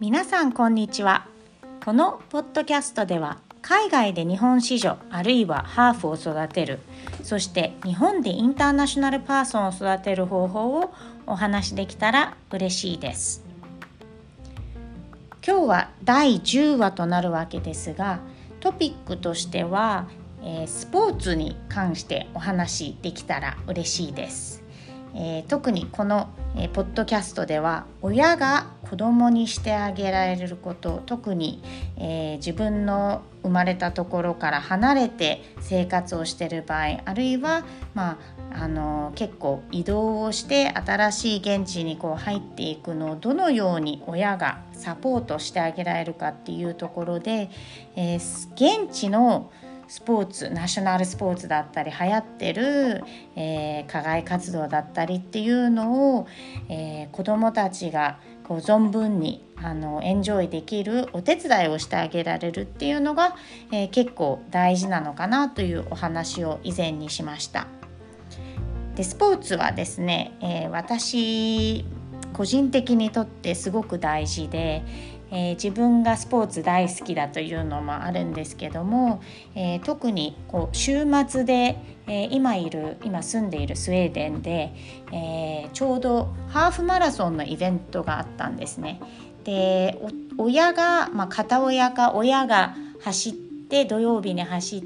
皆さんこんにちは。このポッドキャストでは海外で日本子女あるいはハーフを育てる、そして日本でインターナショナルパーソンを育てる方法をお話しできたら嬉しいです。今日は第10話となるわけですが、トピックとしては、スポーツに関してお話できたら嬉しいです。特にこの、ポッドキャストでは親が子供にしてあげられること、特に、自分の生まれたところから離れて生活をしている場合、あるいは、結構移動をして新しい現地に入っていくのをどのように親がサポートしてあげられるかっていうところで、現地のスポーツ、ナショナルスポーツだったり流行ってる、課外活動だったりっていうのを、子どもたちが存分にエンジョイできるお手伝いをしてあげられるっていうのが、結構大事なのかなというお話を以前にしました。で、スポーツはですね、私個人的にとってすごく大事で、自分がスポーツ大好きだというのもあるんですけども、特に週末で、今住んでいるスウェーデンで、ちょうどハーフマラソンのイベントがあったんですね。で、親が、片親か親が走って土曜日に走って、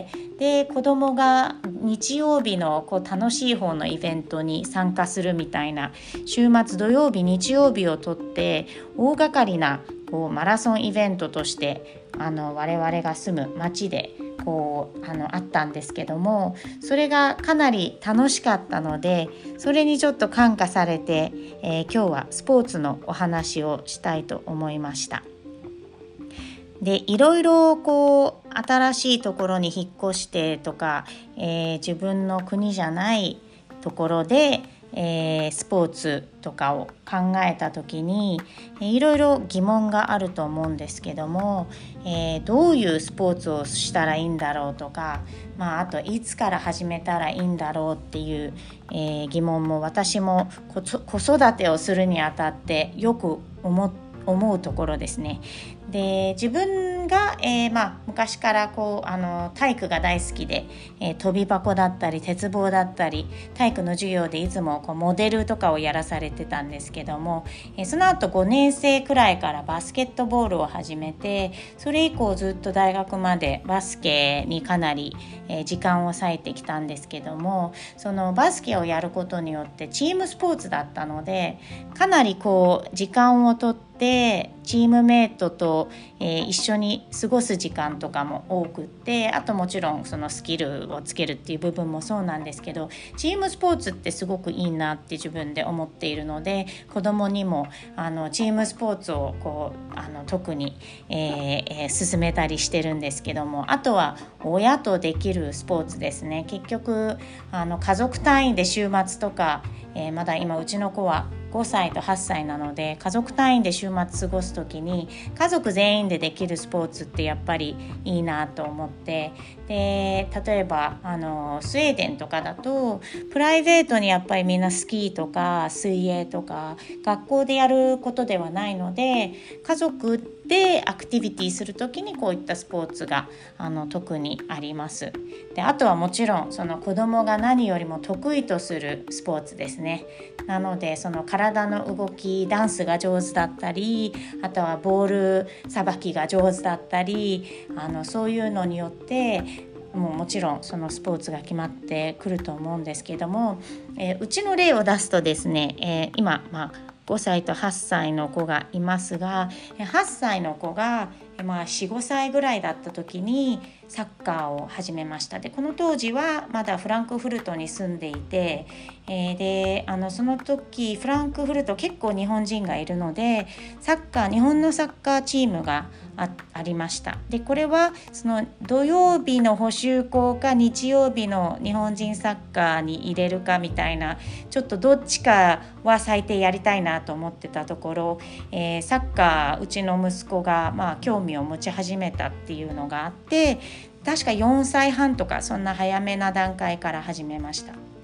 で子供が日曜日の楽しい方のイベントに参加するみたいな、週末土曜日日曜日をとって大掛かりなマラソンイベントとして我々が住む町であったんですけども、それがかなり楽しかったので、それにちょっと感化されて、今日はスポーツのお話をしたいと思いました。で、いろいろ新しいところに引っ越してとか、自分の国じゃないところで、スポーツとかを考えた時にいろいろ疑問があると思うんですけども、どういうスポーツをしたらいいんだろうとか、あといつから始めたらいいんだろうっていう、疑問も私も子育てをするにあたってよく思うところですね。で、自分が、昔から体育が大好きで、跳び箱だったり鉄棒だったり体育の授業でいつもモデルとかをやらされてたんですけども、その後5年生くらいからバスケットボールを始めて、それ以降ずっと大学までバスケにかなり、時間を割いてきたんですけども、そのバスケをやることによってチームスポーツだったので、かなり時間をとってチームメイトと、一緒に過ごす時間とかも多くって、あともちろんそのスキルをつけるっていう部分もそうなんですけど、チームスポーツってすごくいいなって自分で思っているので、子供にもチームスポーツを特に、進めたりしてるんですけども、あとは親とできるスポーツですね。結局家族単位で週末とか、まだ今うちの子は5歳と8歳なので、家族単位で週末過ごすときに家族全員でできるスポーツってやっぱりいいなと思って、で例えばスウェーデンとかだとプライベートにやっぱりみんなスキーとか水泳とか学校でやることではないので、家族でアクティビティするときにこういったスポーツが特にあります。で、あとはもちろんその子供が何よりも得意とするスポーツですね。なのでその体の動き、ダンスが上手だったり、あとはボールさばきが上手だったり、そういうのによってもちろんそのスポーツが決まってくると思うんですけども、うちの例を出すとですね、今5歳と8歳の子がいますが、8歳の子が4、5歳ぐらいだった時にサッカーを始めました。で、この当時はまだフランクフルトに住んでいて、でその時フランクフルト結構日本人がいるので、日本のサッカーチームがありました。で、これはその土曜日の補習校か日曜日の日本人サッカーに入れるかみたいな、ちょっとどっちかは最低やりたいなと思ってたところ、サッカーうちの息子が興味を持ち始めたっていうのがあって、確か4歳半とかそんな早めな段階から始めました。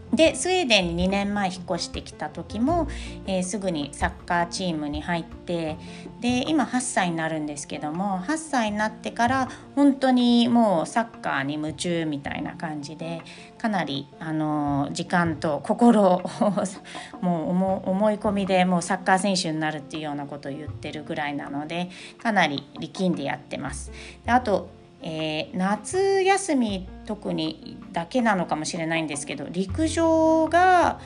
でスウェーデンに2年前引っ越してきた時も、すぐにサッカーチームに入って、で今8歳になるんですけども、8歳になってから本当にもうサッカーに夢中みたいな感じで、かなり時間と心をもう思い込みでもうサッカー選手になるっていうようなことを言ってるぐらいなので、かなり力んでやってます。であと夏休み特にだけなのかもしれないんですけど、陸上が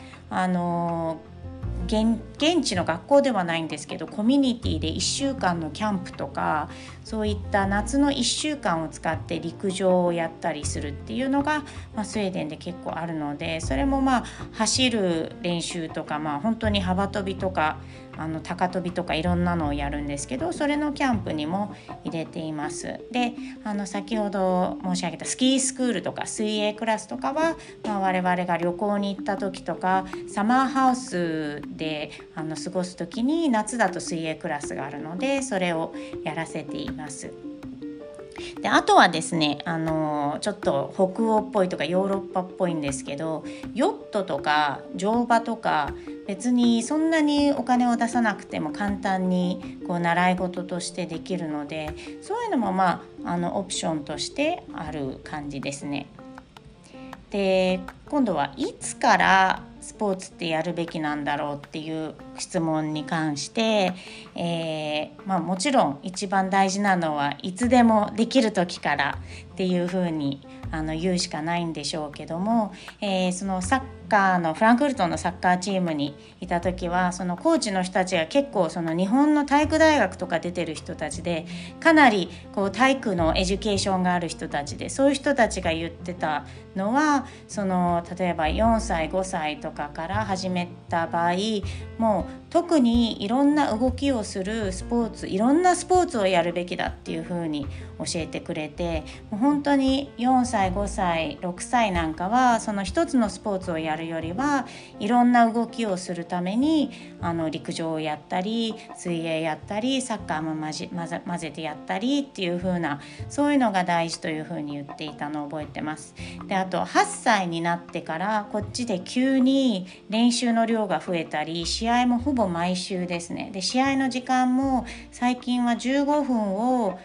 現地の学校ではないんですけど、コミュニティで1週間のキャンプとか、そういった夏の1週間を使って陸上をやったりするっていうのが、スウェーデンで結構あるので、それも走る練習とか、本当に幅跳びとか高跳びとかいろんなのをやるんですけど、それのキャンプにも入れています。で先ほど申し上げたスキースクールとか水泳クラスとかは、我々が旅行に行った時とかサマーハウスで過ごす時に、夏だと水泳クラスがあるのでそれをやらせています。であとはですね、ちょっと北欧っぽいとかヨーロッパっぽいんですけど、ヨットとか乗馬とか、別にそんなにお金を出さなくても簡単に習い事としてできるので、そういうのもオプションとしてある感じですね。で今度はいつからスポーツってやるべきなんだろうっていう質問に関して、もちろん一番大事なのはいつでもできる時からっていうふうに言うしかないんでしょうけども、そのサッカーのフランクフルトのサッカーチームにいた時は、そのコーチの人たちが結構その日本の体育大学とか出てる人たちで、かなり体育のエデュケーションがある人たちで、そういう人たちが言ってたのは、例えば4歳5歳とかから始めた場合、もう特にいろんな動きをするスポーツ、いろんなスポーツをやるべきだっていうふうに教えてくれて、もう本当に4歳5歳6歳なんかはその一つのスポーツをやるよりはいろんな動きをするために陸上をやったり水泳やったりサッカーも混ぜてやったりっていう風な、そういうのが大事という風に言っていたのを覚えてます。であと8歳になってからこっちで急に練習の量が増えたり、試合もほぼ毎週ですね。で試合の時間も最近は15分を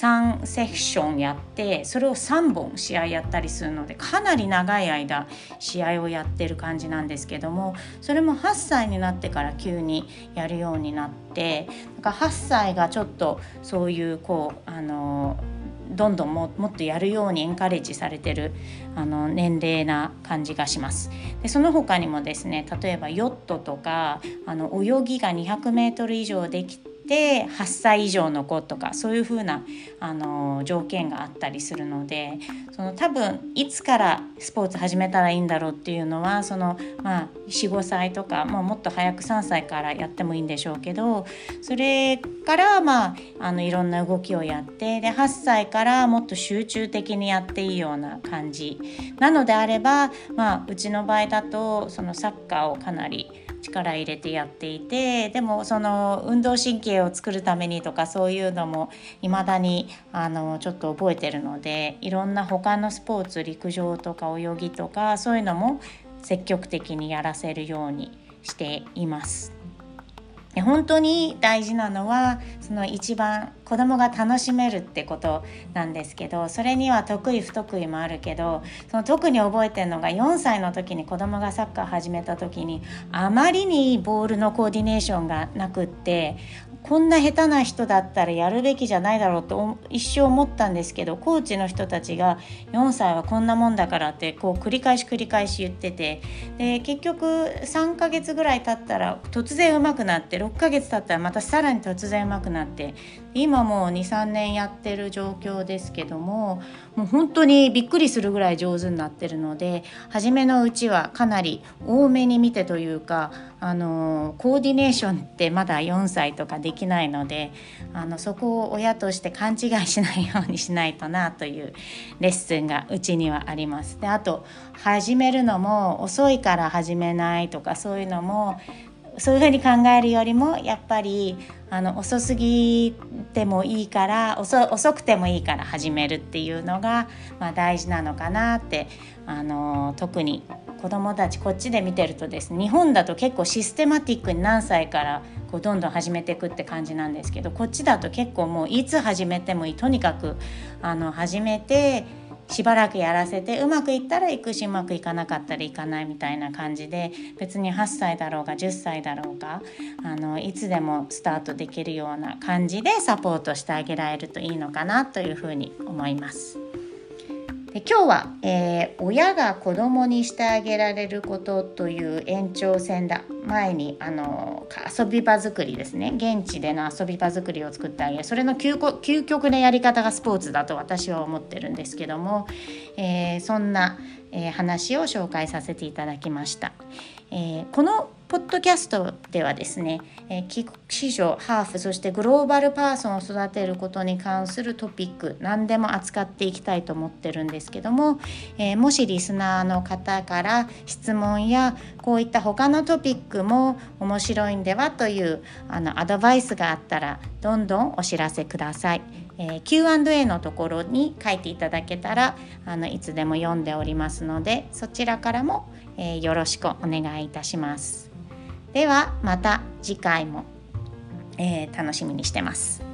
3セクションやって、それを3本試合やったりするので、かなり長い間試合をやってる感じなんですけども、それも8歳になってから急にやるようになって、だから8歳がちょっとそういうどんどんもっとやるようにエンカレッジされてる年齢な感じがします。でその他にもですね、例えばヨットとか泳ぎが200メートル以上できて8歳以上の子とか、そういう風な条件があったりするので、多分いつからスポーツ始めたらいいんだろうっていうのは4、5歳とかもっと早く3歳からやってもいいんでしょうけど、それからいろんな動きをやって、で8歳からもっと集中的にやっていいような感じなのであれば、うちの場合だとサッカーをかなり力入れてやっていて、でも運動神経を作るためにとかそういうのも未だにちょっと覚えてるので、いろんな他のスポーツ、陸上とか泳ぎとかそういうのも積極的にやらせるようにしています。本当に大事なのは一番子供が楽しめるってことなんですけど、それには得意不得意もあるけど、特に覚えてるのが4歳の時に子供がサッカー始めた時に、あまりにボールのコーディネーションがなくって、こんな下手な人だったらやるべきじゃないだろうと一生思ったんですけど、コーチの人たちが4歳はこんなもんだからって繰り返し言ってて、で結局3ヶ月ぐらい経ったら突然上手くなって、6ヶ月経ったらまたさらに突然上手くなって、今もう 2,3 年やってる状況ですけども、もう本当にびっくりするぐらい上手になってるので、初めのうちはかなり多めに見てというか、コーディネーションってまだ4歳とかできないので、そこを親として勘違いしないようにしないとなというレッスンがうちにはあります。であと始めるのも遅いから始めないとか、そういうのもそういうふうに考えるよりも、やっぱり遅すぎてもいいから遅くてもいいから始めるっていうのが、大事なのかなって特に子どもたちこっちで見てるとですね、日本だと結構システマティックに何歳からこうどんどん始めていくって感じなんですけど、こっちだと結構もういつ始めてもいい、とにかく始めてしばらくやらせて、うまくいったら行くし、うまくいかなかったら行かないみたいな感じで、別に8歳だろうが10歳だろうがいつでもスタートできるような感じでサポートしてあげられるといいのかなというふうに思います。で今日は、親が子供にしてあげられることという延長線だ。前に遊び場作りですね、現地での遊び場作りを作ってあげる、それの究極のやり方がスポーツだと私は思ってるんですけども、そんな、話を紹介させていただきました。このポッドキャストではですね、帰国子女、ハーフ、そしてグローバルパーソンを育てることに関するトピック、何でも扱っていきたいと思ってるんですけども、もしリスナーの方から質問やこういった他のトピックも面白いんではというアドバイスがあったらどんどんお知らせください。Q&A のところに書いていただけたらいつでも読んでおりますので、そちらからも、よろしくお願いいたします。ではまた次回も、楽しみにしてます。